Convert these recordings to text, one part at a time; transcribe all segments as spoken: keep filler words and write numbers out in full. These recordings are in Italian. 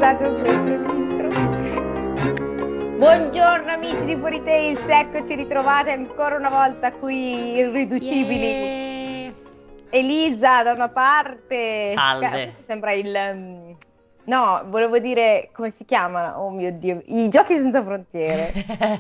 disagio sempre l'intro. Buongiorno amici di Fuori Tales, eccoci ritrovate ancora una volta qui irriducibili. Yeah. Elisa da una parte. Salve. Questo sembra il... um, No, volevo dire, come si chiamano? Oh mio Dio, i Giochi Senza Frontiere.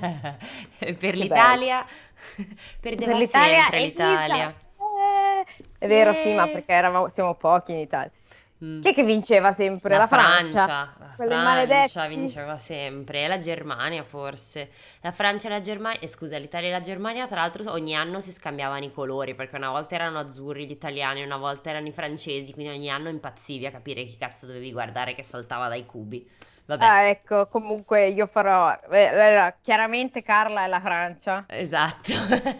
Per l'Italia, perdeva Per l'Italia, sempre Elisa. l'Italia. Eh, È vero, Yeah. sì, ma perché eravamo, siamo pochi in Italia. Mm. Chi è che vinceva sempre? La La Francia. Francia, la Quelli Francia maledetti. vinceva sempre, e la Germania forse. La Francia e la Germania, eh, scusa, l'Italia e la Germania tra l'altro ogni anno si scambiavano i colori, perché una volta erano azzurri gli italiani, una volta erano i francesi, quindi ogni anno impazzivi a capire chi cazzo dovevi guardare che saltava dai cubi. Vabbè, Ah, ecco, comunque io farò... eh, allora, chiaramente Carla è la Francia esatto.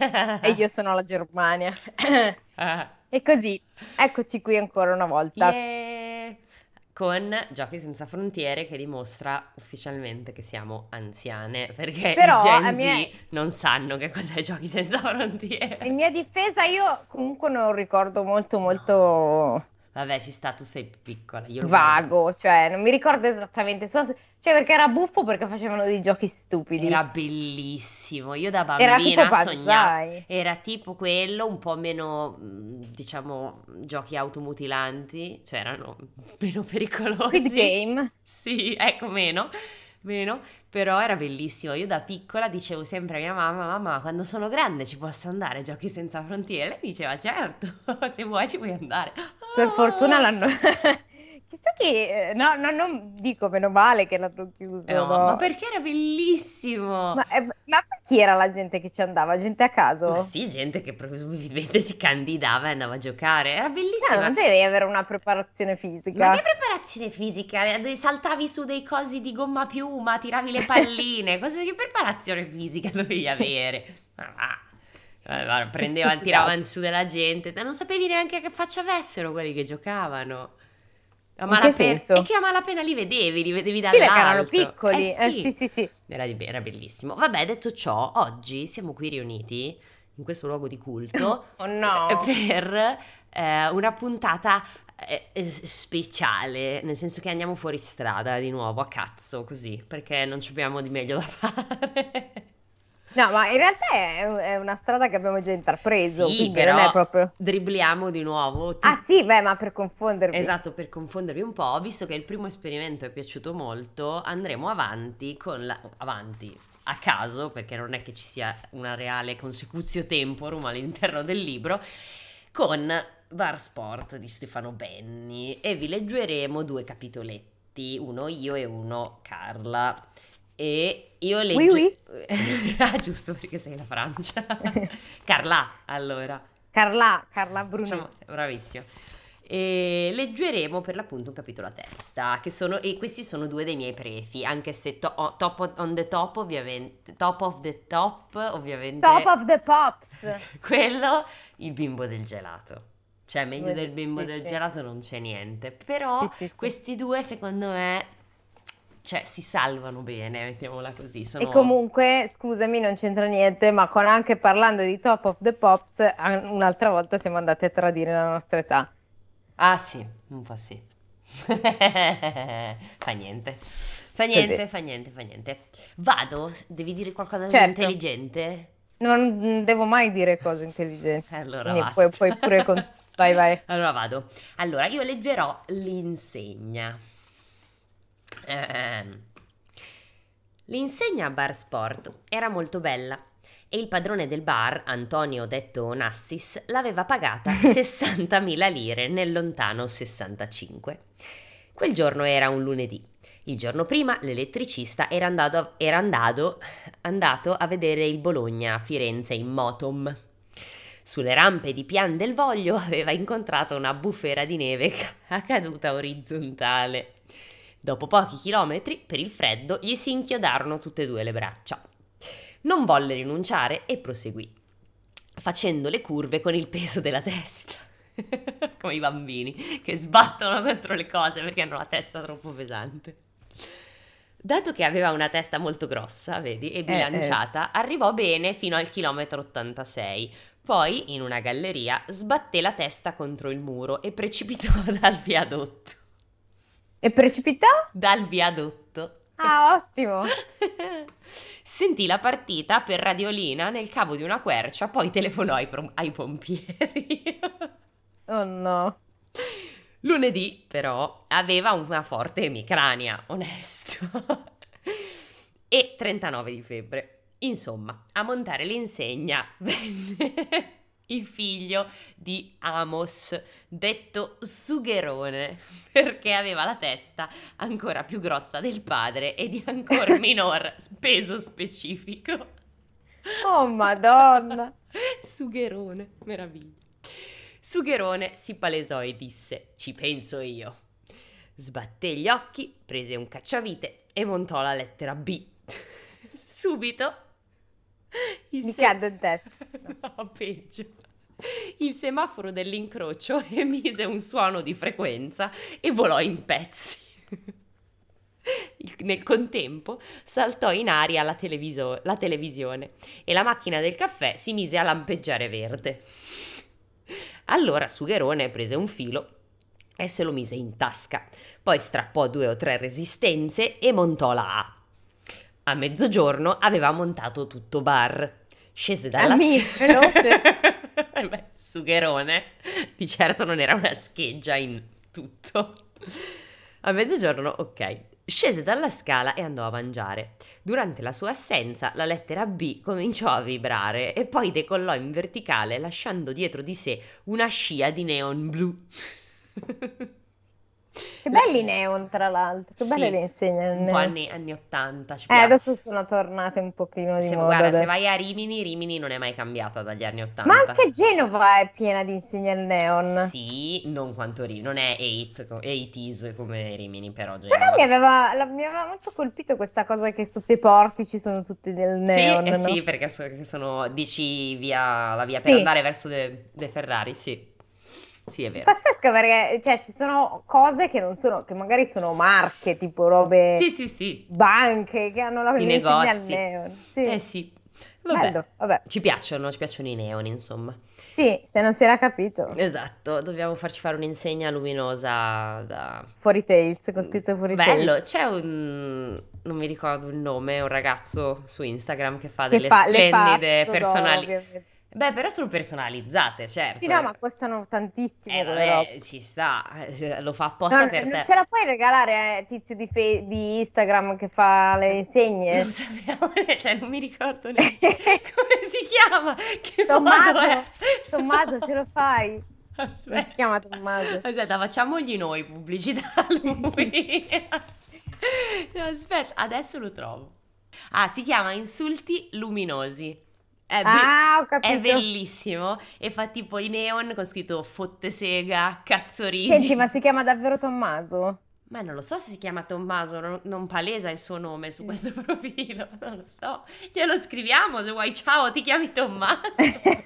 e io sono la Germania. Ah. E così, eccoci qui ancora una volta. Yeah. Con Giochi Senza Frontiere che dimostra ufficialmente che siamo anziane, perché Però, i Gen a Z mie- non sanno che cos'è Giochi Senza Frontiere. in mia difesa io comunque non ricordo molto molto Vabbè, ci sta, tu sei piccola, io lo guardo. vago, cioè non mi ricordo esattamente, so se- cioè perché era buffo perché facevano dei giochi stupidi. Era bellissimo, io da Era tipo bambina sognavo, Banzai. era tipo quello, un po' meno, mh, diciamo, giochi automutilanti, cioè erano meno Squid pericolosi. Game. Sì, ecco, meno, meno, però era bellissimo. Io da piccola dicevo sempre a mia mamma, mamma, quando sono grande ci posso andare a Giochi Senza Frontiere? Lei diceva, certo, se vuoi ci puoi andare. Per fortuna Ah! l'hanno... Chissà che... eh, No, no, non dico meno male che l'hanno chiuso, No, ma no. perché era bellissimo? Ma, eh, ma chi era la gente che ci andava? Gente a Ma caso? sì, gente che probabilmente si candidava e andava a giocare, era No, bellissima. non devi avere una preparazione Ma che fisica. preparazione fisica? Eh, Saltavi su dei cosi di gomma a piuma, tiravi le palline, cosa che preparazione fisica dovevi avere? Ma va. Eh, guarda, prendevano, tiravano su della gente, non sapevi neanche che faccia avessero quelli che giocavano. A In che malapena, senso? e che a malapena li vedevi, li vedevi Sì, perché erano dall'alto. Eh piccoli. Eh, sì, sì, sì, sì. era, di- era bellissimo. Vabbè, detto ciò, oggi siamo qui riuniti in questo luogo di culto Oh eh, no. per eh, una puntata eh, s- speciale, nel senso che andiamo fuori strada di nuovo a cazzo, così, perché non ci abbiamo di meglio da fare. No, ma in realtà è, è una strada che abbiamo già intrapreso, Sì, quindi non è però proprio... dribbliamo di nuovo. Ah Tu- sì, beh, ma per confondervi. Esatto, per confondervi un po', visto che il primo esperimento è piaciuto molto, andremo avanti con la... avanti a caso, perché non è che ci sia una reale consecutio temporum all'interno del libro, con Bar Sport di Stefano Benni, e vi leggeremo due capitoletti, uno io e uno Carla. E io Oui, leggo... oui. Ah, giusto, perché sei la Francia. Carla, allora. Carla, Carla Bruni. Facciamo- bravissimo. E leggeremo per l'appunto un capitolo a testa, che sono, e questi sono due dei miei prefi, anche se to- oh, top on the top ovviamente, top of the top ovviamente, Top of the Pops. quello, il bimbo del gelato. Cioè meglio Sì, del bimbo sì, del sì. gelato non c'è niente, però Sì, sì, sì. questi due secondo me, cioè si salvano bene, mettiamola così, sono... E comunque, scusami, non c'entra niente, ma con anche parlando di Top of the Pops, an- un'altra volta siamo andati a tradire la nostra età. Ah sì, un po' sì. Fa niente. Fa niente, Così. fa niente, fa niente. Vado? Devi dire qualcosa di Certo. intelligente? Non devo mai dire cose intelligenti. Allora Quindi puoi, basta. puoi pure... con- Vai, vai. Allora vado. Allora, io leggerò l'insegna. Ehm. L'insegna a Bar Sport era molto bella e il padrone del bar, Antonio detto Onassis, l'aveva pagata sessantamila lire nel lontano sessantacinque. Quel giorno era un lunedì. Il giorno prima l'elettricista era andato, era andato, andato a vedere il Bologna a Firenze in motom. Sulle rampe di Pian del Voglio aveva incontrato una bufera di neve ca- caduta orizzontale. Dopo pochi chilometri, per il freddo, gli si inchiodarono tutte e due le braccia. Non volle rinunciare e proseguì, facendo le curve con il peso della testa. Come i bambini che sbattono contro le cose perché hanno la testa troppo pesante. Dato che aveva una testa molto grossa, vedi, e bilanciata, arrivò bene fino al chilometro ottantasei. Poi, in una galleria, sbatté la testa contro il muro e precipitò dal viadotto. E precipitò? dal viadotto. Ah, ottimo. Sentì la partita per radiolina nel cavo di una quercia, poi telefonò ai, pro- ai pompieri. Oh no. Lunedì, però, aveva una forte emicrania, onesto, e trentanove di febbre. Insomma, a montare l'insegna venne il figlio di Amos, detto Sugherone, perché aveva la testa ancora più grossa del padre e di ancora minor peso specifico. Oh, Madonna. Sugherone, meraviglia. Sugherone si palesò e disse: ci penso io. Sbatté gli occhi, prese un cacciavite e montò la lettera B. Subito il Mi se- cadde in testa. No, peggio. Il semaforo dell'incrocio emise un suono di frequenza e volò in pezzi. Il- Nel contempo saltò in aria la, televiso- la televisione e la macchina del caffè si mise a lampeggiare verde. Allora Sugherone prese un filo e se lo mise in tasca, poi strappò due o tre resistenze e montò la A. A mezzogiorno aveva montato tutto bar. Scese dalla Amì, veloce. Eh beh, Sugherone di certo non era una scheggia in tutto. A mezzogiorno, ok. Scese dalla scala e andò a mangiare. Durante la sua assenza, la lettera B cominciò a vibrare e poi decollò in verticale, lasciando dietro di sé una scia di neon blu. Che belli i neon, tra l'altro. Che belle Sì, le insegne del un po' neon. anni, anni ottanta. Ci Eh, piace. adesso sono tornate un pochino di Se, moda guarda, se adesso. vai a Rimini, Rimini non è mai cambiata dagli anni Ma ottanta. anche Genova è piena di insegne al neon. Sì, non quanto Rimini, non è ottanta come Rimini, però Però Genova. mi aveva, la- mi aveva molto colpito questa cosa che sotto i portici sono tutti del Sì, neon, eh no? sì, perché so- che sono, dici via, la via per Sì. andare verso De, De Ferrari, sì. Sì, è vero. Pazzesco perché cioè, ci sono cose che non sono, che magari sono marche, tipo robe, Sì, sì, sì, banche che hanno la i l'insegna al negozi. neon. Sì, Eh sì, vabbè, bello, vabbè. ci piacciono, ci piacciono i neon, insomma. Sì, se non si era capito. Esatto, dobbiamo farci fare un'insegna luminosa da... Fuori Tales, con scritto Fuori Bello, Tales. c'è un... non mi ricordo il nome, un ragazzo su Instagram che fa Che delle fa le splendide pazzo d'oro, personali... ovviamente. Beh, però sono personalizzate, certo. Sì, no, ma costano tantissimo Eh, quelle robe. vabbè, ci sta, eh, lo fa apposta Non, per non te. ce la puoi regalare a tizio di, fe- di Instagram che fa le Non insegne? sappiamo, cioè non mi ricordo neanche come si chiama, che modo Tommaso, è. Tommaso, ce lo fai? Non si Aspetta, chiama Tommaso. aspetta, facciamogli noi pubblicità a lui. No, aspetta, adesso lo trovo. Ah, si chiama Insulti Luminosi. È, be- Ah, ho è capito. bellissimo e fa tipo i neon con scritto fotte sega, cazzo ridi. Senti, ma si chiama davvero Tommaso? Ma non lo so se si chiama Tommaso, non, non palesa il suo nome su questo profilo, non lo so. Glielo scriviamo se vuoi. Ciao, ti chiami Tommaso?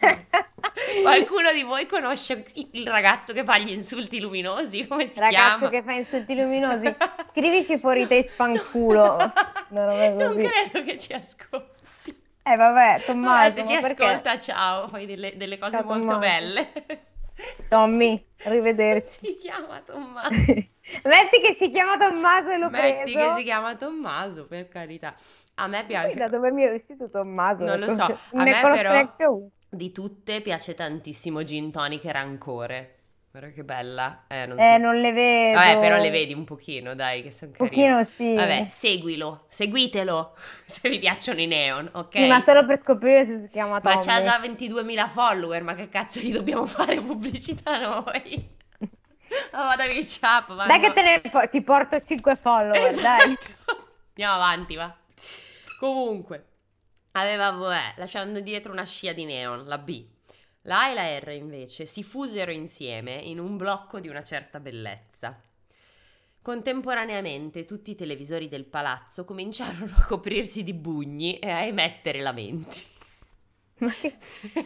Qualcuno di voi conosce il ragazzo che fa gli insulti luminosi? Come si Ragazzo chiama? che fa insulti luminosi, scrivici fuori te spanculo. No, No, non è non così. credo che ci ascolti. Eh, vabbè, Vabbè, Tommaso, se ci ma perché? ascolta, ciao, fai delle, delle cose Ciao, molto Tommaso. belle. Tommy, arrivederci. Si chiama Tommaso. Metti che si chiama Tommaso e l'ho Metti preso. che si chiama Tommaso, per carità. A me Poi piace. da dove mi è uscito Tommaso? Non lo Ecco, so, cioè, a ne me conosco però neanche uno. di tutte piace tantissimo Gin Tonic e Rancore. Guarda che bella. Eh, non Eh, so. non le vedo. Vabbè, però le vedi un pochino, dai, che sono Un carine. pochino sì. Vabbè, seguilo, seguitelo, se vi piacciono i neon, ok? Sì, ma solo per scoprire se si chiama Ma Tommy. c'ha già ventiduemila follower, ma che cazzo gli dobbiamo fare pubblicità noi? Ma vada che ciap, ma Dai che no. te ne po- ti porto cinque follower, dai. Esatto. Andiamo avanti, va. Comunque, aveva, vabbè, lasciando dietro una scia di neon, la B. La A e la R invece si fusero insieme in un blocco di una certa bellezza. Contemporaneamente tutti i televisori del palazzo cominciarono a coprirsi di bugni e a emettere lamenti. Ma che-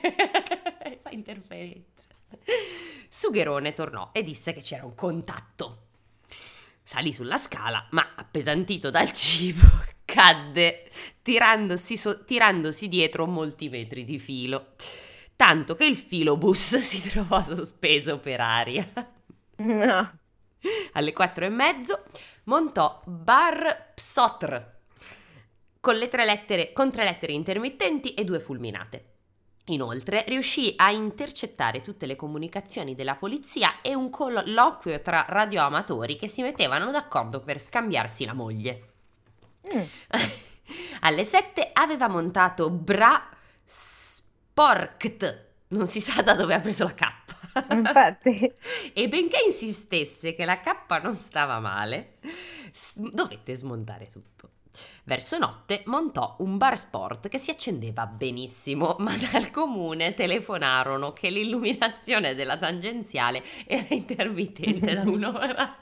Fa interferenza. Sugherone tornò e disse che c'era un contatto. Salì sulla scala, ma appesantito dal cibo, cadde, tirandosi, so- tirandosi dietro molti metri di filo, tanto che il filobus si trovò sospeso per aria. No. Alle quattro e mezzo montò Bar Psotr con le tre lettere, con tre lettere intermittenti e due fulminate. Inoltre riuscì a intercettare tutte le comunicazioni della polizia e un colloquio tra radioamatori che si mettevano d'accordo per scambiarsi la moglie. Mm. Alle sette aveva montato Bra Sporkt, non si sa da dove ha preso la K. Infatti. E benché insistesse che la K non stava male, s- dovette smontare tutto. Verso notte montò un bar sport che si accendeva benissimo, ma dal comune telefonarono che l'illuminazione della tangenziale era intermittente da un'ora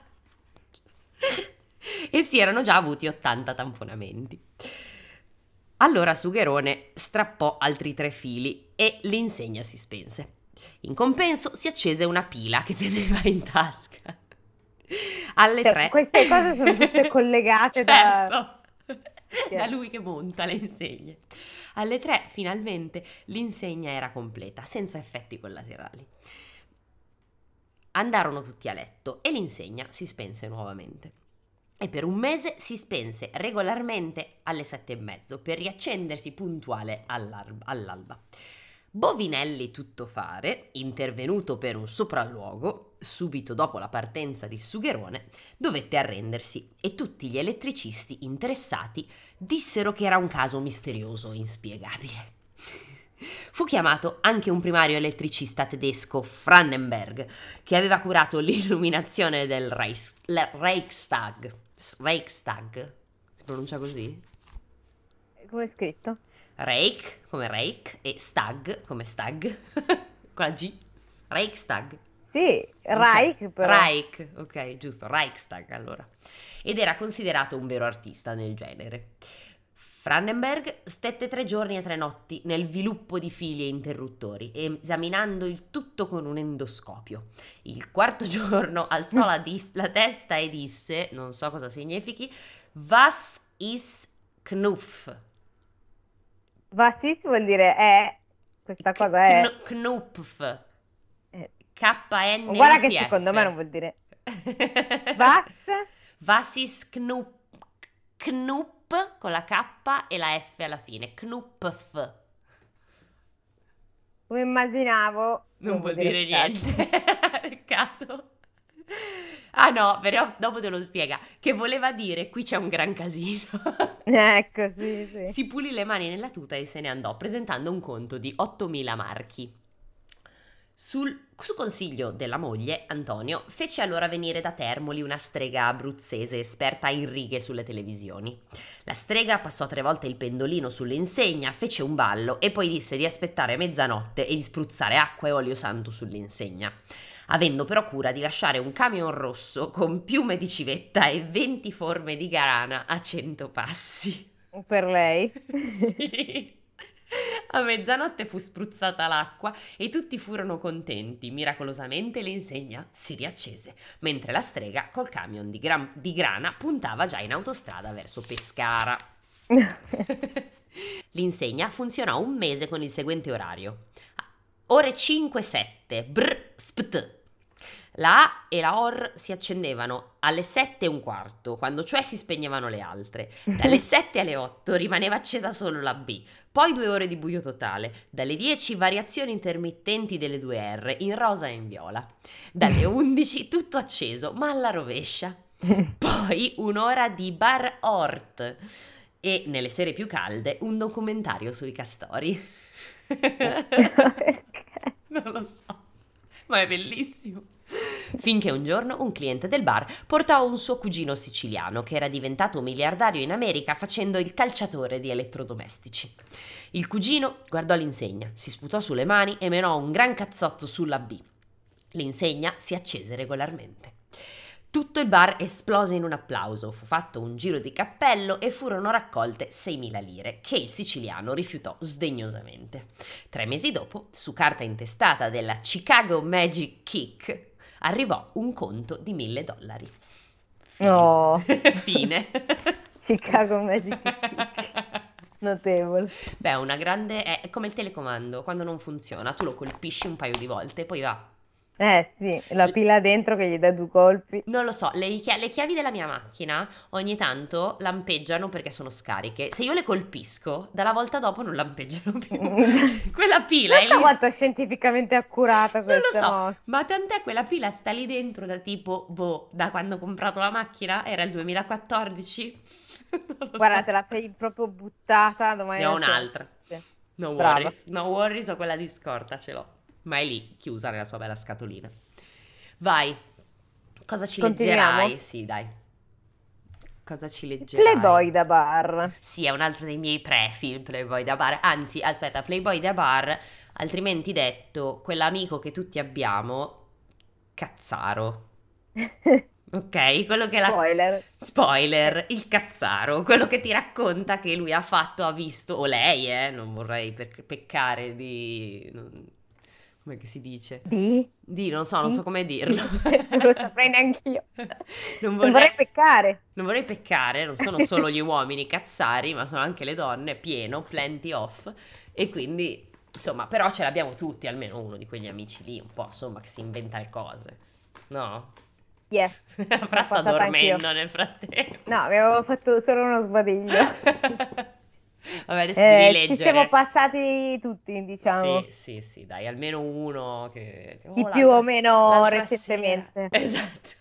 e si erano già avuti ottanta tamponamenti. Allora Sugherone strappò altri tre fili e l'insegna si spense. In compenso si accese una pila che teneva in tasca. Alle cioè, tre... Queste cose sono tutte collegate certo. da... da lui che monta le insegne. Alle tre finalmente l'insegna era completa, senza effetti collaterali. Andarono tutti a letto e l'insegna si spense nuovamente. E per un mese si spense regolarmente alle sette e mezzo per riaccendersi puntuale all'alba. Bovinelli Tuttofare, intervenuto per un sopralluogo, subito dopo la partenza di Sugherone, dovette arrendersi e tutti gli elettricisti interessati dissero che era un caso misterioso e inspiegabile. Fu chiamato anche un primario elettricista tedesco, Frannenberg, che aveva curato l'illuminazione del Reichs- Reichstag. Reichstag? Si pronuncia così? Come è scritto? Reich come Reich e Stag come Stag con la G. Reichstag. Sì, Reich okay. però. Reich, ok, giusto, Reichstag allora. Ed era considerato un vero artista nel genere. Frannenberg stette tre giorni e tre notti nel viluppo di fili e interruttori, esaminando il tutto con un endoscopio. Il quarto giorno alzò la, dis- la testa e disse, non so cosa significhi, Was ist Knupf? Was ist vuol dire è, questa cosa è... Kn- Knupf. Eh. K N U P F. Guarda che secondo me non vuol dire... Was? Was ist Knup? Knup con la K e la F alla fine. Knupf. Come immaginavo. Non, non vuol dire, dire niente. Peccato. Ah no, però dopo te lo spiega. Che voleva dire qui c'è un gran casino. Ecco, sì, sì. Si pulì le mani nella tuta e se ne andò, presentando un conto di ottomila marchi. Sul, su consiglio della moglie, Antonio fece allora venire da Termoli una strega abruzzese esperta in righe sulle televisioni. La strega passò tre volte il pendolino sull'insegna, fece un ballo e poi disse di aspettare mezzanotte e di spruzzare acqua e olio santo sull'insegna, avendo però cura di lasciare un camion rosso con piume di civetta e venti forme di grana a cento passi. Per lei? Sì. A mezzanotte fu spruzzata l'acqua e tutti furono contenti. Miracolosamente l'insegna si riaccese, mentre la strega col camion di, gran- di grana puntava già in autostrada verso Pescara. L'insegna funzionò un mese con il seguente orario. Ore cinque sette, brr, spt. La A e la O R si accendevano alle sette e un quarto, quando cioè si spegnevano le altre. Dalle sette alle otto rimaneva accesa solo la B, poi due ore di buio totale. Dalle dieci variazioni intermittenti delle due R, in rosa e in viola. Dalle undici tutto acceso, ma alla rovescia. Poi un'ora di bar Hort e, nelle sere più calde, un documentario sui castori. Non lo so, ma è bellissimo. Finché un giorno un cliente del bar portò un suo cugino siciliano che era diventato miliardario in America facendo il calciatore di elettrodomestici. Il cugino guardò l'insegna, si sputò sulle mani e menò un gran cazzotto sulla B. L'insegna si accese regolarmente. Tutto il bar esplose in un applauso, fu fatto un giro di cappello e furono raccolte seimila lire, che il siciliano rifiutò sdegnosamente. Tre mesi dopo, su carta intestata della Chicago Magic Kick, arrivò un conto di mille dollari. Fine. No. Fine. Chicago Magic Kick. Notevole. Beh, una grande... è come il telecomando, quando non funziona, tu lo colpisci un paio di volte e poi va. Eh sì, la L- pila dentro che gli dà due colpi. Non lo so, le, chia- le chiavi della mia macchina ogni tanto lampeggiano perché sono scariche. Se io le colpisco, dalla volta dopo non lampeggiano più. Cioè, quella pila Non è so lì. quanto è scientificamente accurata Non lo questa so, mossa. ma tant'è quella pila sta lì dentro da tipo, boh, da quando ho comprato la macchina? Era il duemilaquattordici? Non lo Guarda, so. te la sei proprio buttata, domani Ne ho non si un'altra. rompe. No Brava. worries, no worries, ho quella di scorta, ce l'ho. Ma è lì, chiusa nella sua bella scatolina. Vai, cosa ci Continuiamo. leggerai? Sì, dai. Cosa ci Il leggerai? Playboy da bar. Sì, è un altro dei miei pre-film, Playboy da bar. Anzi, aspetta, Playboy da bar, altrimenti detto, quell'amico che tutti abbiamo, Cazzaro. Ok, quello che la... Spoiler. Spoiler, il cazzaro, quello che ti racconta che lui ha fatto, ha visto, o lei, eh, non vorrei per- peccare di... non- come che si dice? Di? Di, non so, non so Di? come dirlo. Non lo saprei neanche io. Non Non vorrei... vorrei peccare. Non vorrei peccare, non sono solo gli uomini cazzari, ma sono anche le donne, pieno, plenty of, e quindi, insomma, però ce l'abbiamo tutti, almeno uno di quegli amici lì, un po', insomma, che si inventa le cose, no? Yeah, ci Fra sono sta passata anch'io. dormendo nel frattempo. No, avevo fatto solo uno sbadiglio. Vabbè, adesso devi Eh, ci siamo leggere. passati tutti, Sì, diciamo. sì, sì, dai, almeno uno che... che- Chi Oh, più o l'altra, meno l'altra sera. recentemente. Esatto.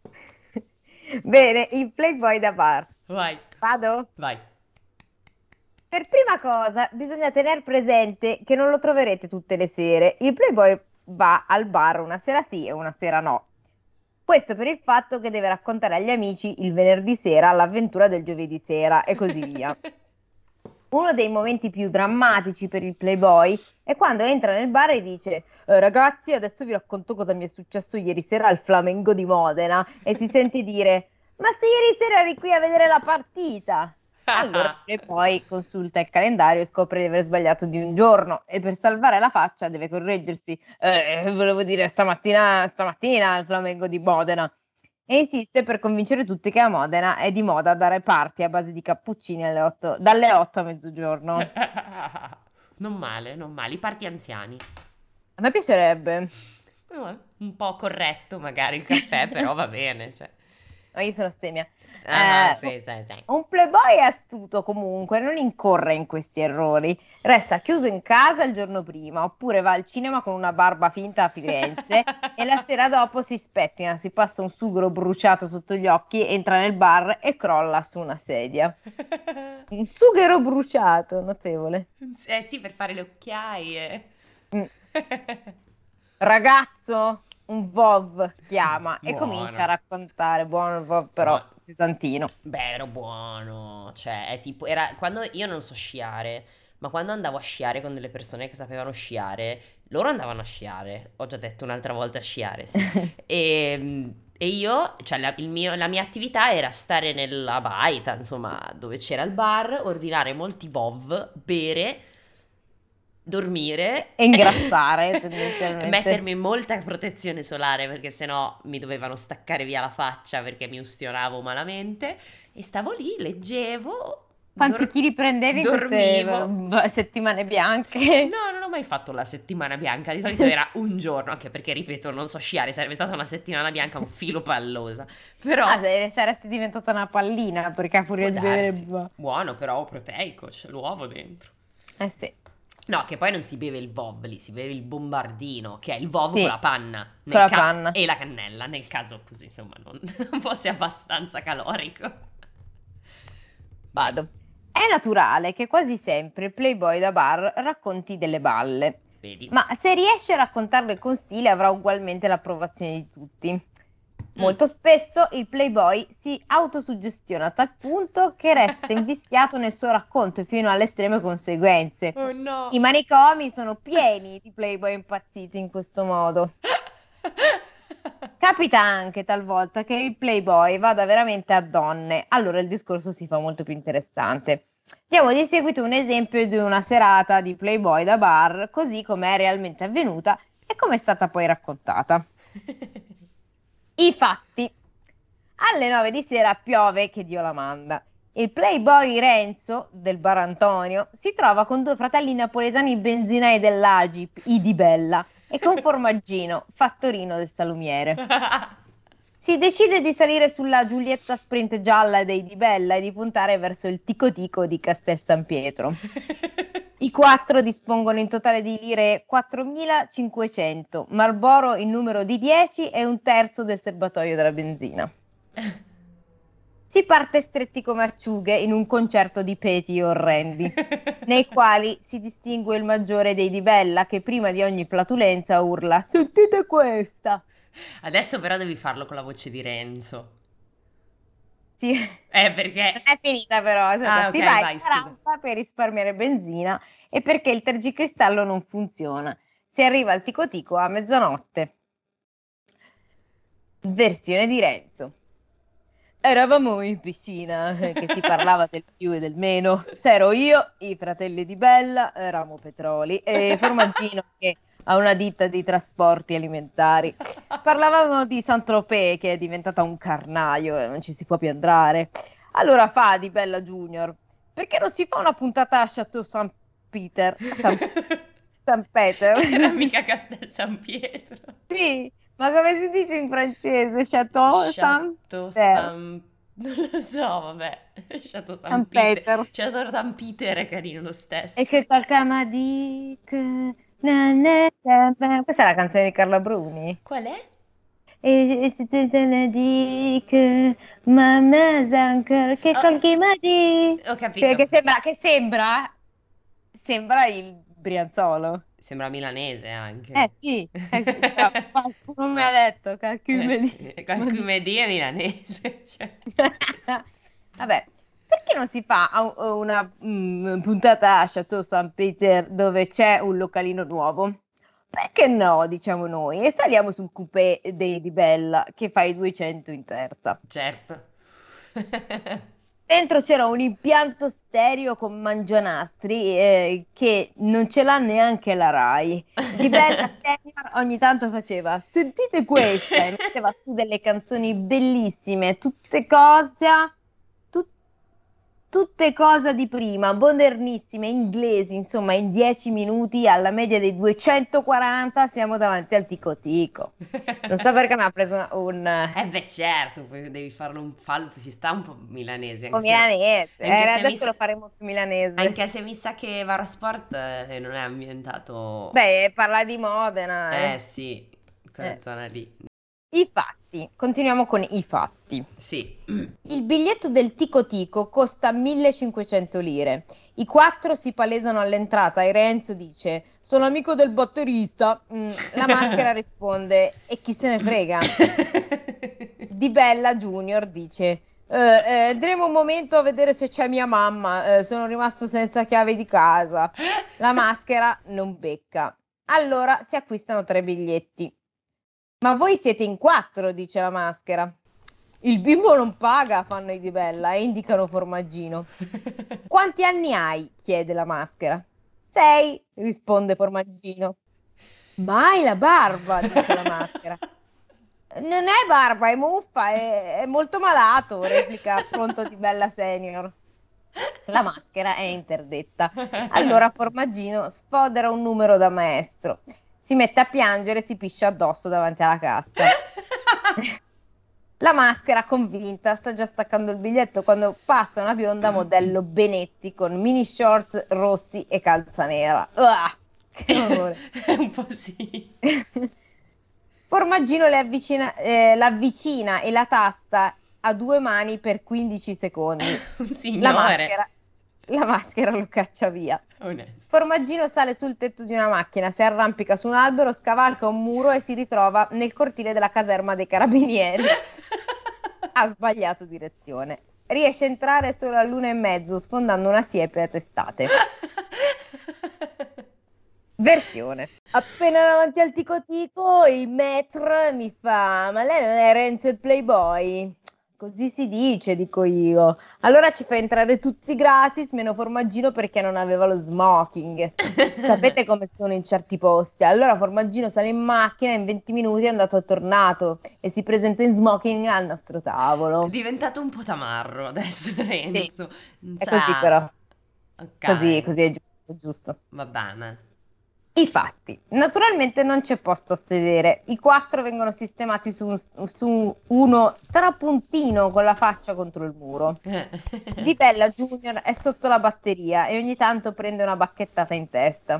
Bene, il Playboy da bar. Vai, Vado? vai. Per prima cosa, bisogna tenere presente che non lo troverete tutte le sere. Il Playboy va al bar una sera sì e una sera no. Questo per il fatto che deve raccontare agli amici il venerdì sera l'avventura del giovedì sera e così via. Uno dei momenti più drammatici per il Playboy è quando entra nel bar e dice: "Eh, ragazzi, adesso vi racconto cosa mi è successo ieri sera al Flamengo di Modena", e si sente dire: "Ma se ieri sera eri qui a vedere la partita". Allora il Playboy consulta il calendario e scopre di aver sbagliato di un giorno e per salvare la faccia deve correggersi: "Eh, volevo dire stamattina, stamattina al Flamengo di Modena". E insiste per convincere tutti che a Modena è di moda dare party a base di cappuccini alle otto dalle otto a mezzogiorno. Non male, non male. I parti anziani. A me piacerebbe. Eh, un po' corretto magari il caffè, però va bene. Cioè. Ma io sono astemia. Ah, Eh, sì, sì, sì. un playboy astuto comunque non incorre in questi errori. Resta chiuso in casa il giorno prima, oppure va al cinema con una barba finta a Firenze e la sera dopo si spettina, si passa un sughero bruciato sotto gli occhi, entra nel bar e crolla su una sedia. Un sughero bruciato, notevole. Eh sì, per fare le occhiaie. Mm. Ragazzo, un vov chiama e comincia a Buono. raccontare, buono il vov però Buono. pesantino. Beh, ero buono. Cioè, è tipo, era quando io non so sciare, ma quando andavo a sciare con delle persone che sapevano sciare, loro andavano a sciare. Ho già detto un'altra volta a sciare, sì. E, e io, cioè, la, il mio- la mia attività era stare nella baita, insomma, dove c'era il bar, ordinare molti vov, bere, dormire. E ingrassare tendenzialmente. Mettermi molta protezione solare perché sennò mi dovevano staccare via la faccia perché mi ustionavo malamente e stavo lì, leggevo, Quanti dor- chili prendevi in queste dormivo. eh, settimane bianche? No, non ho mai fatto la settimana bianca, di solito era un giorno, anche perché, ripeto, non so sciare, sarebbe stata una settimana bianca un filo pallosa, Ah, però se saresti diventata una pallina perché a furia può di bere... darsi. boh. Buono, però proteico, c'è l'uovo dentro. Eh sì, No, che poi non si beve il vov lì, si beve il bombardino, che è il vov con sì, la panna con nel la ca- panna. e la cannella, nel caso così, insomma, non, non fosse abbastanza calorico. Vai, Vado. È naturale che quasi sempre il Playboy da bar racconti delle balle, vedi? ma se riesce a raccontarle con stile avrà ugualmente l'approvazione di tutti. Mm. Molto spesso il Playboy si autosuggestiona a tal punto che resta invischiato nel suo racconto fino alle estreme conseguenze. Oh I no! manicomi sono pieni di Playboy impazziti in questo modo. Capita anche talvolta che il Playboy vada veramente a donne, allora il discorso si fa molto più interessante. Diamo di seguito un esempio di una serata di Playboy da bar, così come è realmente avvenuta e come è stata poi raccontata. I fatti. Alle nove di sera piove che Dio la manda. Il playboy Renzo, del bar Antonio, si trova con due fratelli napoletani benzinai dell'Agip, i Di Bella, e con Formaggino, fattorino del salumiere. Si decide di salire sulla Giulietta Sprint gialla dei Di Bella e di puntare verso il Tico Tico di Castel San Pietro. I quattro dispongono in totale di lire quattromilacinquecento, Marlboro in numero di dieci e un terzo del serbatoio della benzina. Si parte stretti come acciughe in un concerto di peti orrendi, nei quali si distingue il maggiore dei Di Bella che prima di ogni flatulenza urla «Sentite questa!». Adesso però devi farlo con la voce di Renzo. Sì. Eh, perché... Non è finita però, aspetta, Ah, ok, si va vai, in scusa. quaranta per risparmiare benzina e perché il tergicristallo non funziona. Si arriva al Tico Tico a mezzanotte. Versione di Renzo. Eravamo in piscina, eh, che si parlava del più e del meno. C'ero io, i fratelli Di Bella, Ramo Petroli e Formaggino che ha una ditta di trasporti alimentari. Parlavamo di Saint-Tropez che è diventata un carnaio e non ci si può più andare. Allora fa Di Bella Junior, perché non si fa una puntata a Chateau Saint Peter? San, San Peter? Era mica Castel San Pietro. Sì, ma come si dice in francese? Chateau Saint Chateau Peter. San... Non lo so, vabbè. Chateau San San Peter. Peter. Chateau San Peter è carino lo E stesso. che qualcuno dica, na, na, na, na. Questa è la canzone di Carla Bruni. Qual è? E e se te te ne dica, mamma Zanker, che Oh, qualcuno dica. ho Che, capito. che sembra, che sembra, sembra il Brianzolo. Sembra milanese anche. Eh sì, eh, qualcuno mi ha detto, qualcuno dica. Eh, qualcuno di è milanese. Cioè. Vabbè, perché non si fa a- una mm, puntata a Chateau Saint Peter dove c'è un localino nuovo? Perché no, diciamo noi, e saliamo sul coupé dei Di Bella che fa i duecento in terza. Certo. Dentro c'era un impianto stereo con mangianastri eh, che non ce l'ha neanche la Rai. Di Bella Senior ogni tanto faceva sentite questa e metteva su delle canzoni bellissime, tutte cose, tut- tutte cose di prima, modernissime, inglesi, insomma in dieci minuti alla media dei duecentoquaranta siamo davanti al Tico Tico. Non so perché mi ha preso una- un... Eh beh, certo, poi devi farlo un fallo, si sta un po' milanese, po' anche se, milanese. Eh, anche se mi adesso sa, lo faremo più milanese. anche se mi sa che Varasport eh, non è ambientato... Beh, parla di Modena. Eh Eh. sì, quella Eh. zona lì. I fatti. Continuiamo con i fatti. Sì. Il biglietto del Tico Tico costa millecinquecento lire. I quattro si palesano all'entrata e Renzo dice: sono amico del batterista. Mm, la maschera risponde: e chi se ne frega? Di Bella Junior dice: eh, eh, andremo un momento a vedere se c'è mia mamma. Eh, sono rimasto senza chiave di casa. La maschera non becca. Allora si acquistano tre biglietti. Ma voi siete in quattro, dice la maschera. Il bimbo non paga, fanno i Di Bella e indicano Formaggino. Quanti anni hai? Chiede la maschera. Sei, risponde Formaggino. Ma hai la barba, dice la maschera. Non è barba, è muffa, è, è molto malato, replica pronto Di Bella Senior. La maschera è interdetta. Allora Formaggino sfodera un numero da maestro. Si mette a piangere e si piscia addosso davanti alla cassa. La maschera, convinta, sta già staccando il biglietto quando passa una bionda modello Benetti con mini shorts rossi e calza nera. Uah, che orrore. Un po' sì. Formaggino le avvicina, eh, l'avvicina e la tasta a due mani per quindici secondi. Un La signore. maschera, la maschera lo caccia via. Onesto. Formaggino sale sul tetto di una macchina, si arrampica su un albero, scavalca un muro e si ritrova nel cortile della caserma dei carabinieri. Ha sbagliato direzione. Riesce a entrare solo all'una e mezzo, sfondando una siepe a testate. Versione. Appena davanti al Tico Tico, il maître mi fa: ma lei non è Renzo il playboy? Così si dice, dico io. Allora ci fa entrare tutti gratis, meno Formaggino perché non aveva lo smoking. Sapete come sono in certi posti. Allora Formaggino sale in macchina, in venti minuti è andato e tornato e si presenta in smoking al nostro tavolo. È diventato un po' tamarro adesso Renzo. È così però. Ok. Così, così è giusto, è giusto. Va bene. I fatti. Naturalmente non c'è posto a sedere. I quattro vengono sistemati su, un- su uno strapuntino con la faccia contro il muro. Di Bella Junior è sotto la batteria e ogni tanto prende una bacchettata in testa.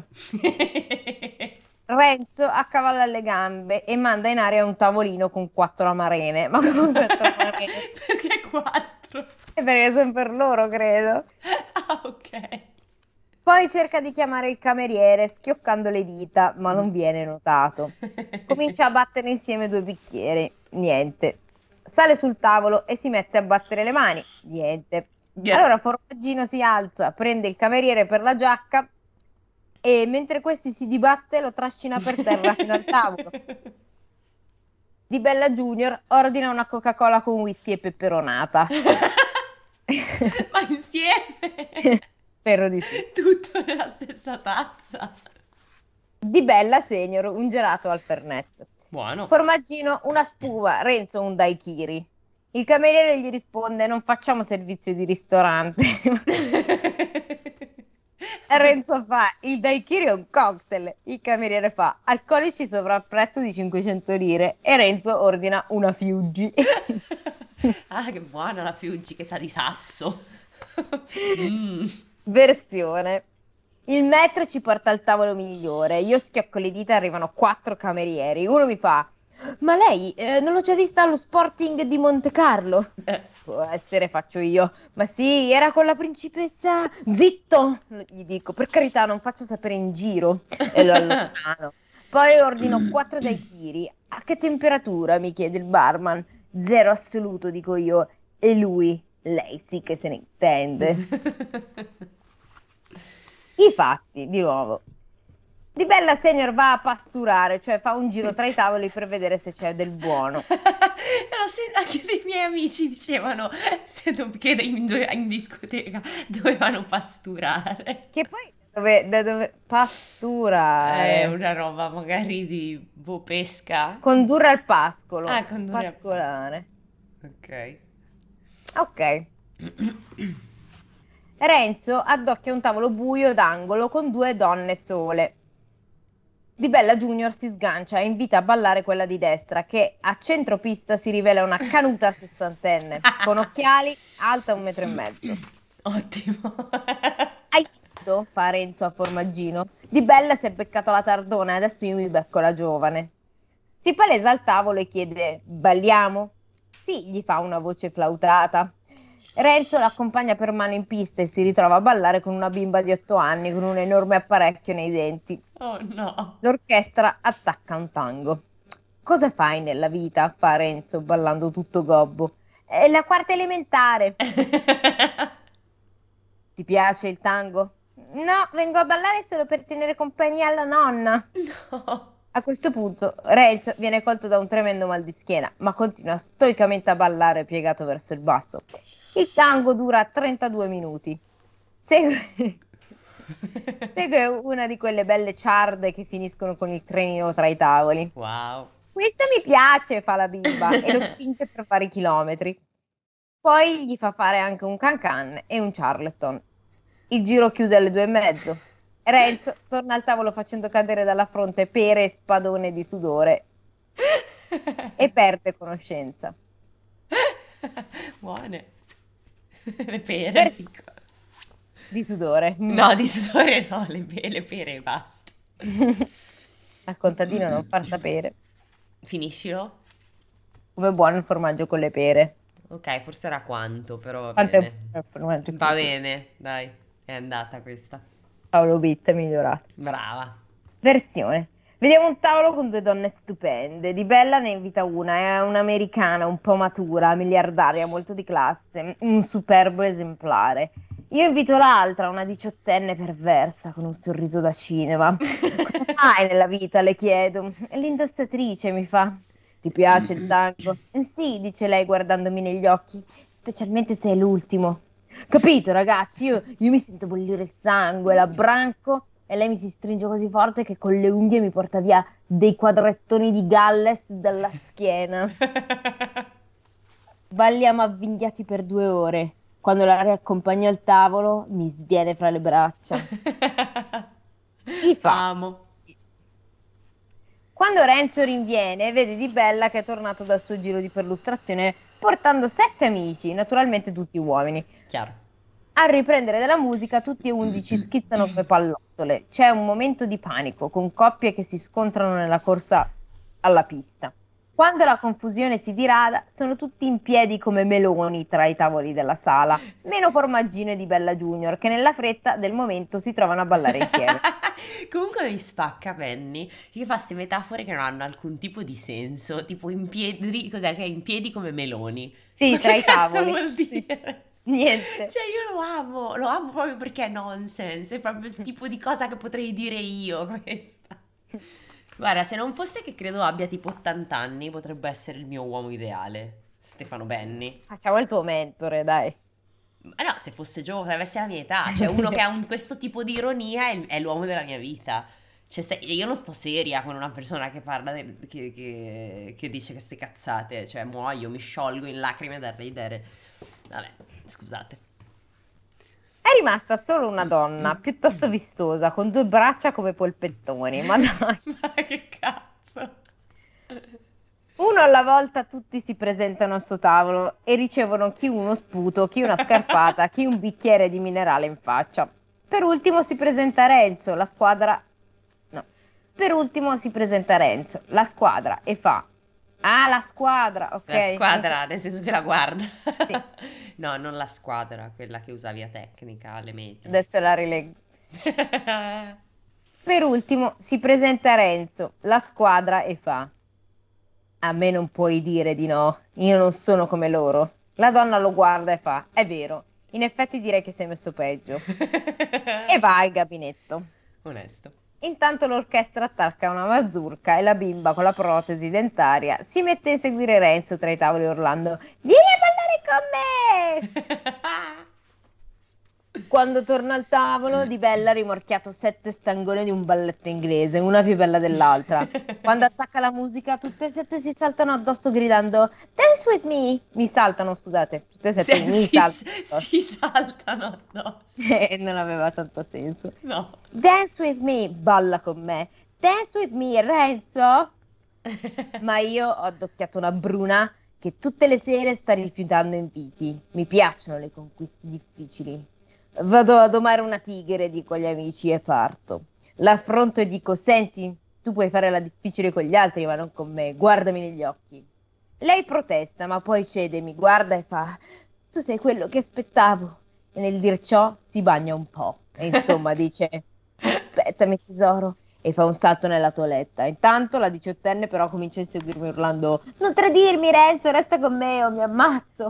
Renzo accavalla le gambe e manda in aria un tavolino con quattro amarene. Ma come quattro amarene? Perché quattro? Eh, Perché sono per loro, credo. Ah, ok. Poi cerca di chiamare il cameriere schioccando le dita, ma non viene notato. Comincia a battere insieme due bicchieri. Niente. Sale sul tavolo e si mette a battere le mani. Niente. Allora Formaggino si alza, prende il cameriere per la giacca e mentre questi si dibatte lo trascina per terra fino al tavolo. Di Bella Junior ordina una Coca-Cola con whisky e peperonata. Ma insieme? Spero di sì. Tutto nella stessa tazza. Di Bella Senior un gelato al Fernet. Buono. Formaggino una spuva, Renzo un daiquiri. Il cameriere gli risponde: non facciamo servizio di ristorante. Renzo fa: il daiquiri è un cocktail. Il cameriere fa: alcolici sovrapprezzo di cinquecento lire. E Renzo ordina una Fiuggi. Ah, che buona la Fiuggi, che sa di sasso. Mm. Versione. Il maître ci porta al tavolo migliore. Io schiocco le dita e arrivano quattro camerieri. Uno mi fa: ma lei eh, non l'ho già vista allo Sporting di Monte Carlo? Eh. Può essere, faccio io. Ma sì, era con la principessa. Zitto! Gli dico, per carità, non faccio sapere in giro. E lo allontano. Poi ordino quattro daiquiri. A che temperatura? Mi chiede il barman. Zero assoluto, dico io. E lui, lei sì che se ne intende. I fatti, di nuovo. Di Bella Senior va a pasturare, cioè fa un giro tra i tavoli per vedere se c'è del buono. Però se- anche dei miei amici dicevano se do- che in, dove- in discoteca dovevano pasturare. Che poi dove, da dove pasturare? È una roba magari di boh, pesca. Condurre al pascolo. Ah, condurre a Pascolare. Ok. Ok. Renzo addocchia un tavolo buio d'angolo con due donne sole. Di Bella Junior si sgancia e invita a ballare quella di destra, che a centropista si rivela una canuta sessantenne, con occhiali, alta un metro e mezzo. Ottimo. Hai visto? Fa Renzo a Formaggino. Di Bella si è beccato la tardona e adesso io mi becco la giovane. Si palesa al tavolo e chiede: balliamo? Sì, gli fa una voce flautata. Renzo l'accompagna per mano in pista e si ritrova a ballare con una bimba di otto anni con un enorme apparecchio nei denti. Oh no. L'orchestra attacca un tango. Cosa fai nella vita? Fa Renzo ballando tutto gobbo. È la quarta elementare. Ti piace il tango? No, vengo a ballare solo per tenere compagnia alla nonna. No. A questo punto Renzo viene colto da un tremendo mal di schiena, ma continua stoicamente a ballare piegato verso il basso. Il tango dura trentadue minuti. Segue... Segue una di quelle belle ciarde che finiscono con il trenino tra i tavoli. Wow. Questo mi piace, fa la bimba, e lo spinge per vari chilometri. Poi gli fa fare anche un can-can e un charleston. Il giro chiude alle due e mezzo. Renzo torna al tavolo facendo cadere dalla fronte pere e spadone di sudore e perde conoscenza. Buone. Le pere, Per- dico. Di sudore. Mm. No, di sudore no, le, pe- le pere e basta. Al contadino non far sapere. Finiscilo? Come buono il formaggio con le pere. Ok, forse era quanto, però va Quanto è bene. buono il formaggio Va con le pere. bene, dai, è andata questa. Paolo Bitt è migliorato. Brava. Versione. Vediamo un tavolo con due donne stupende. Di Bella ne invita una, è un'americana un po' matura, miliardaria, molto di classe, un superbo esemplare. Io invito l'altra, una diciottenne perversa, con un sorriso da cinema. Cosa fai nella vita? Le chiedo. L'indossatrice mi fa. Ti piace il tango? Sì, dice lei guardandomi negli occhi, specialmente se è l'ultimo. Capito, ragazzi? Io, io mi sento bollire il sangue, la branco e lei mi si stringe così forte che con le unghie mi porta via dei quadrettoni di Galles dalla schiena. Balliamo avvinghiati per due ore. Quando la riaccompagno al tavolo mi sviene fra le braccia. I fatti. Amo. Quando Renzo rinviene, vede Di Bella che è tornato dal suo giro di perlustrazione portando sette amici, naturalmente tutti uomini. Chiaro. A riprendere della musica, tutti e undici schizzano come pallottole. C'è un momento di panico, con coppie che si scontrano nella corsa alla pista. Quando la confusione si dirada, sono tutti in piedi come meloni tra i tavoli della sala, meno Formaggino e Di Bella Junior, che nella fretta del momento si trovano a ballare insieme. Comunque mi spacca Penny, che fa queste metafore che non hanno alcun tipo di senso, tipo in piedi, cos'è che è in piedi come meloni. Sì, Ma tra che i cazzo tavoli. vuol Sì. dire? Niente. Cioè io lo amo, lo amo proprio perché è nonsense, è proprio il tipo di cosa che potrei dire io questa. Guarda, se non fosse che credo abbia tipo ottanta anni, potrebbe essere il mio uomo ideale, Stefano Benni. Facciamo il tuo mentore, dai. Ma no, se fosse giovane, avesse la mia età, cioè uno che ha un- questo tipo di ironia è, è l'uomo della mia vita. Cioè, se- io non sto seria con una persona che parla, de- che, che- che dice queste cazzate, cioè muoio, mi sciolgo in lacrime da ridere. Vabbè, scusate. È rimasta solo una donna, piuttosto vistosa, con due braccia come polpettoni, ma dai. Ma che cazzo? Uno alla volta tutti si presentano al suo tavolo e ricevono chi uno sputo, chi una scarpata, chi un bicchiere di minerale in faccia. Per ultimo si presenta Renzo, la squadra... No. Per ultimo si presenta Renzo, la squadra, e fa... Ah, la squadra, ok. La squadra, nel senso che la guarda. Sì. No, non la squadra, quella che usavi a tecnica, alle medie. Adesso la rileggo. Per ultimo si presenta Renzo, la squadra, e fa... A me non puoi dire di no, io non sono come loro. La donna lo guarda e fa, è vero, in effetti direi che sei messo peggio. E va al gabinetto. Onesto. Intanto l'orchestra attacca una mazurka e la bimba con la protesi dentaria si mette a eseguire Renzo tra i tavoli urlando, vieni a ballare con me! Quando torna al tavolo, Di Bella ha rimorchiato sette stangone di un balletto inglese, una più bella dell'altra. Quando attacca la musica, tutte e sette si saltano addosso gridando Dance with me! Mi saltano, scusate, tutte e sette Si, mi si, saltano. si saltano addosso. E non aveva tanto senso. No. Dance with me, balla con me. Dance with me, Renzo. Ma io ho addocchiato una bruna che tutte le sere sta rifiutando inviti. Mi piacciono le conquiste difficili. Vado a domare una tigre, dico agli amici, e parto. L'affronto e dico, senti, tu puoi fare la difficile con gli altri, ma non con me. Guardami negli occhi. Lei protesta, ma poi cede, mi guarda e fa, tu sei quello che aspettavo. E nel dir ciò si bagna un po'. E insomma dice, aspettami tesoro. E fa un salto nella toeletta. Intanto la diciottenne però comincia a inseguirmi urlando, non tradirmi Renzo, resta con me o mi ammazzo.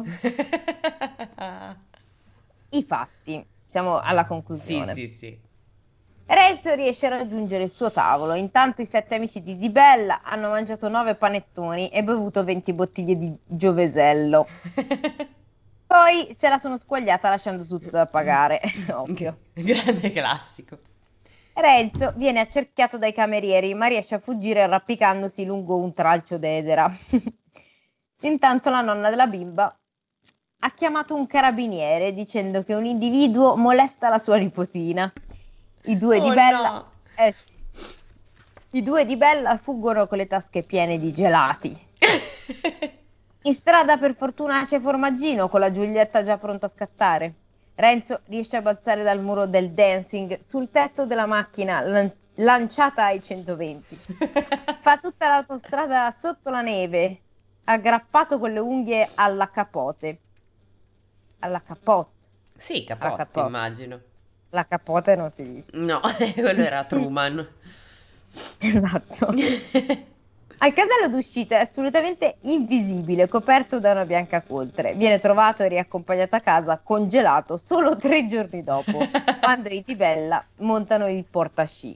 I fatti. Siamo alla Sì, conclusione. sì, sì. Renzo riesce a raggiungere il suo tavolo. Intanto i sette amici di Di Bella hanno mangiato nove panettoni e bevuto venti bottiglie di Giovesello. Poi se la sono squagliata lasciando tutto da pagare. Ovvio. Grande classico. Renzo viene accerchiato dai camerieri, ma riesce a fuggire arrampicandosi lungo un tralcio d'edera. Intanto la nonna della bimba ha chiamato un carabiniere dicendo che un individuo molesta la sua nipotina. I due Oh, di Bella, no. eh sì. I due di Bella fuggono con le tasche piene di gelati. In strada per fortuna c'è Formaggino con la Giulietta già pronta a scattare. Renzo riesce a balzare dal muro del dancing sul tetto della macchina lan- lanciata ai centoventi. Fa tutta l'autostrada sotto la neve, aggrappato con le unghie alla capote. Alla capote. Sì, Alla capote, capote. immagino. La capote non si dice. No, quello era Truman. Esatto. Al casello d'uscita è assolutamente invisibile, coperto da una bianca coltre. Viene trovato e riaccompagnato a casa congelato solo tre giorni dopo, quando i Di Bella montano il portasci.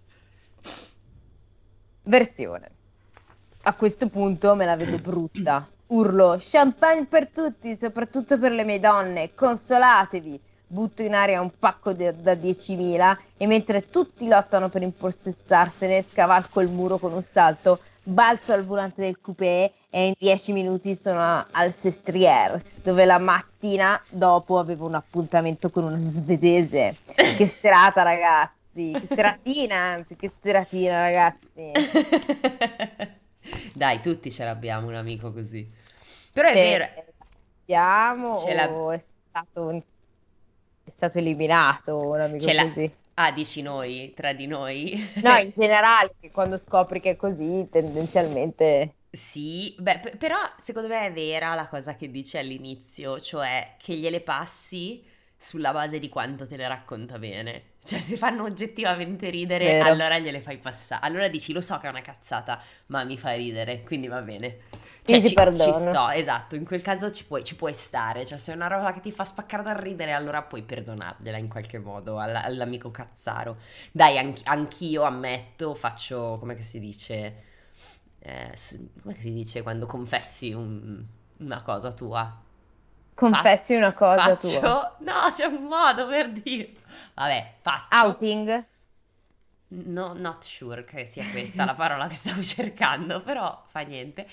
Versione. A questo punto me la vedo brutta. Urlo, champagne per tutti, soprattutto per le mie donne, consolatevi. Butto in aria un pacco de- da diecimila e mentre tutti lottano per impossessarsene, scavalco il muro con un salto, balzo al volante del coupé e in dieci minuti sono a- al Sestriere, dove la mattina dopo avevo un appuntamento con una svedese. Che serata, ragazzi! Che seratina, anzi, che seratina, ragazzi! Dai, tutti ce l'abbiamo un amico così. Però è vero, Ce l'abbiamo ce l'ha... o è stato, è stato eliminato un ce amico l'ha... così? Ah, dici noi, tra di noi? No, in generale, che quando scopri che è così, tendenzialmente... Sì, beh, p- però secondo me è vera la cosa che dice all'inizio, cioè che gliele passi sulla base di quanto te le racconta bene. Cioè, se fanno oggettivamente ridere, Vero. allora gliele fai passare. Allora dici, lo so che è una cazzata, ma mi fa ridere, quindi va bene. Cioè, Quindi ti ci, ci perdono. sto, esatto, in quel caso ci puoi, ci puoi stare. Cioè, se è una roba che ti fa spaccare dal ridere, allora puoi perdonargliela in qualche modo all- all'amico cazzaro. Dai, anch- anch'io ammetto, faccio, come che si dice, eh, s- come si dice quando confessi un- una cosa tua? Fa- Confessi una cosa tua. faccio, no, c'è un modo per dire. Vabbè, faccio. Outing? No, not sure che sia questa la parola che stavo cercando, però fa niente.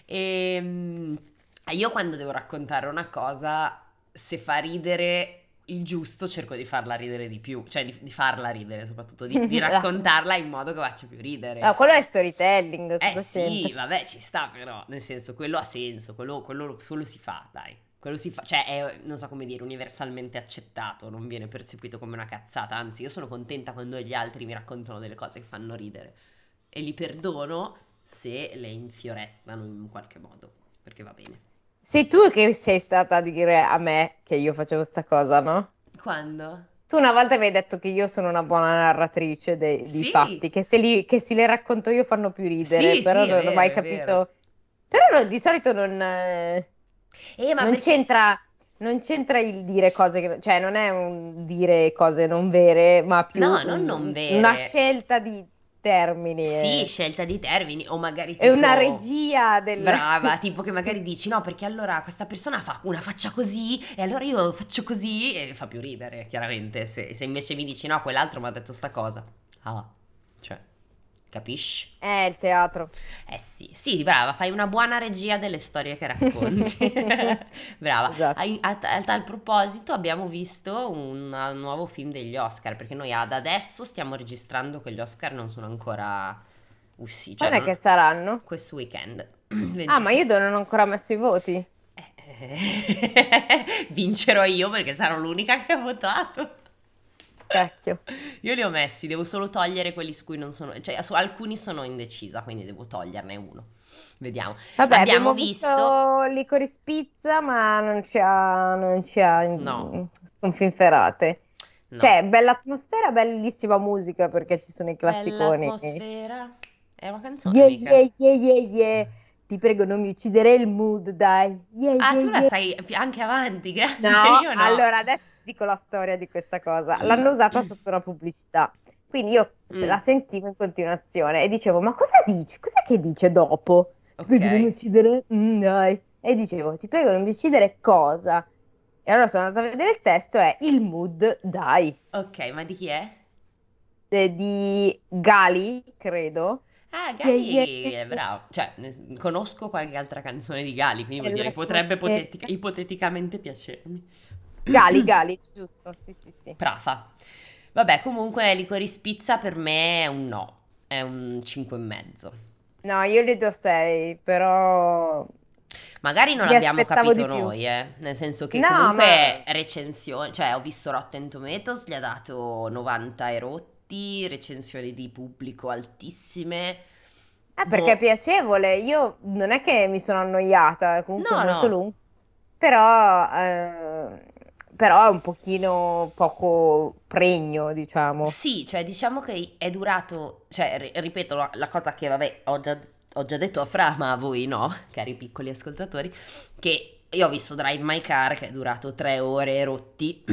Ehm, io quando devo raccontare una cosa, se fa ridere il giusto, cerco di farla ridere di più, cioè di, di farla ridere, soprattutto di, di raccontarla in modo che faccia più ridere. No, quello è storytelling, Eh cosa sì, c'entra? vabbè, ci sta però, nel senso, quello ha senso, quello, quello- quello si fa, dai. Quello si fa, cioè è, non so come dire, universalmente accettato, non viene percepito come una cazzata, anzi io sono contenta quando gli altri mi raccontano delle cose che fanno ridere e li perdono se le infiorettano in qualche modo, perché va bene. Sei tu che sei stata a dire a me che io facevo sta cosa, no? Quando? Tu una volta mi hai detto che io sono una buona narratrice dei, di Sì, fatti, che se, li, che se li racconto io fanno più ridere, sì, però sì, è non ho vero, mai è vero. capito. Però no, di solito non, eh, Eh, ma non perché... c'entra, non c'entra il dire cose che, cioè non è un dire cose non vere, ma più No, non non un- una vere. scelta di termini. Sì, eh. scelta di termini o magari È una tipo regia del... brava, tipo che magari dici no, perché allora questa persona fa una faccia così e allora io faccio così e fa più ridere, chiaramente. Se, se invece mi dici no, quell'altro mi ha detto sta cosa. Ah, cioè, capisci? È il teatro. Eh sì, sì, brava, fai una buona regia delle storie che racconti. Brava. Esatto. A, a- a tal proposito abbiamo visto un nuovo film degli Oscar, perché noi ad adesso stiamo registrando che gli Oscar non sono ancora usciti, cioè Quando è non- che saranno? questo weekend. Ah, ma io ventisei. non ho ancora messo i voti. Eh, vincerò io perché sarò l'unica che ha votato. Cacchio. Io li ho messi, devo solo togliere quelli su cui non sono, cioè su alcuni sono indecisa, quindi devo toglierne uno. Vediamo. Vabbè, Abbiamo abbiamo visto, visto Licorice Pizza, ma non ci ha, non ci ha no, mm, sconfinferate. no. Cioè, bella atmosfera, bellissima musica perché ci sono i Bella classiconi. atmosfera. È una canzone, Yeah, mica. yeah, yeah, yeah, yeah. Ti prego, non mi uccidere il mood, dai. Yeah, Ah, yeah, tu la yeah. sai più- anche avanti, grande, No, io no. allora adesso ti dico la storia di questa cosa. L'hanno usata sotto una pubblicità. Quindi io se la Mm, sentivo in continuazione e dicevo, ma cosa dice? Cos'è che dice dopo? Ti ok, prego, non mi uccidere? Mm, dai. E dicevo, ti prego, non mi uccidere cosa? E allora sono andata a vedere il testo, è il mood, dai, ok, ma di chi è? eh, di Gali, credo. Ah, Yeah, yeah, Gali è yeah. bravo. Cioè, ne- conosco qualche altra canzone di Gali, quindi vuol dire che potrebbe ipotetica- L'atmosfera. ipoteticamente piacermi. Gali, Gali, giusto, sì, sì, sì. Prafa. Vabbè, comunque Licorice Pizza per me è un no, è un cinque e mezzo. No, io gli do sei, però Magari non mi l'abbiamo aspettavo capito di più. noi, eh. Nel senso che No, comunque ma recensioni, cioè ho visto Rotten Tomatoes, gli ha dato novanta e rotti, recensioni di pubblico altissime. è perché è Boh, piacevole. Io non è che mi sono annoiata, è comunque no, molto no. lungo, però, eh, però è un pochino poco pregno, diciamo. Sì, cioè diciamo che è durato, cioè ri- ripeto la, la cosa che vabbè ho già, ho già detto a Fra, ma a voi no, cari piccoli ascoltatori, che io ho visto Drive My Car che è durato tre ore e rotti,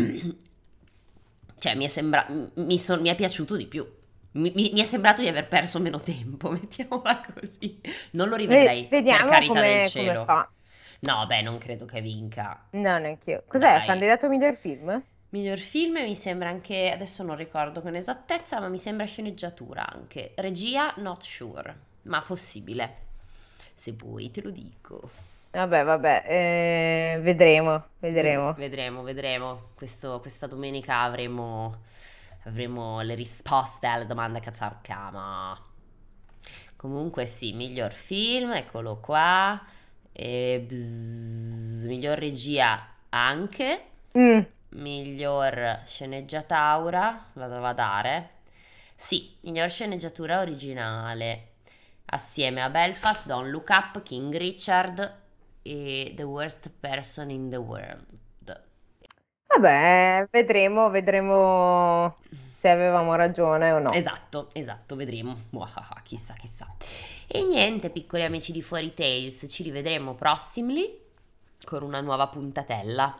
cioè mi è, sembra- mi, son- mi è piaciuto di più, mi, mi- mi è sembrato di aver perso meno tempo, mettiamola così, non lo Ve- rivedrei per vediamo carità del come, come cielo. fa. No, beh, non credo che vinca, No, neanche io. Cos'è? dai. Candidato miglior film? Miglior film mi sembra anche, adesso non ricordo con esattezza, ma mi sembra sceneggiatura anche. Regia, not sure, ma possibile. Se vuoi, te lo dico. Vabbè, vabbè, eh, vedremo, Ved- vedremo. vedremo, vedremo. Questo- questa domenica avremo, avremo le risposte alle domande che cerchiamo. Comunque sì, miglior film, eccolo qua. E bzz, miglior regia anche. Mm. Miglior sceneggiatura, vado a dare. Sì, miglior sceneggiatura originale. Assieme a Belfast, Don't Look Up, King Richard e The Worst Person in the World. Vabbè, vedremo, vedremo se avevamo ragione o no. Esatto, esatto, vedremo. Muahaha, chissà, chissà. E niente, piccoli amici di Fuori Tales, ci rivedremo prossimi con una nuova puntatella.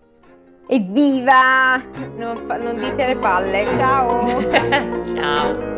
Evviva! Non, fa- non dite le palle, ciao! Ciao!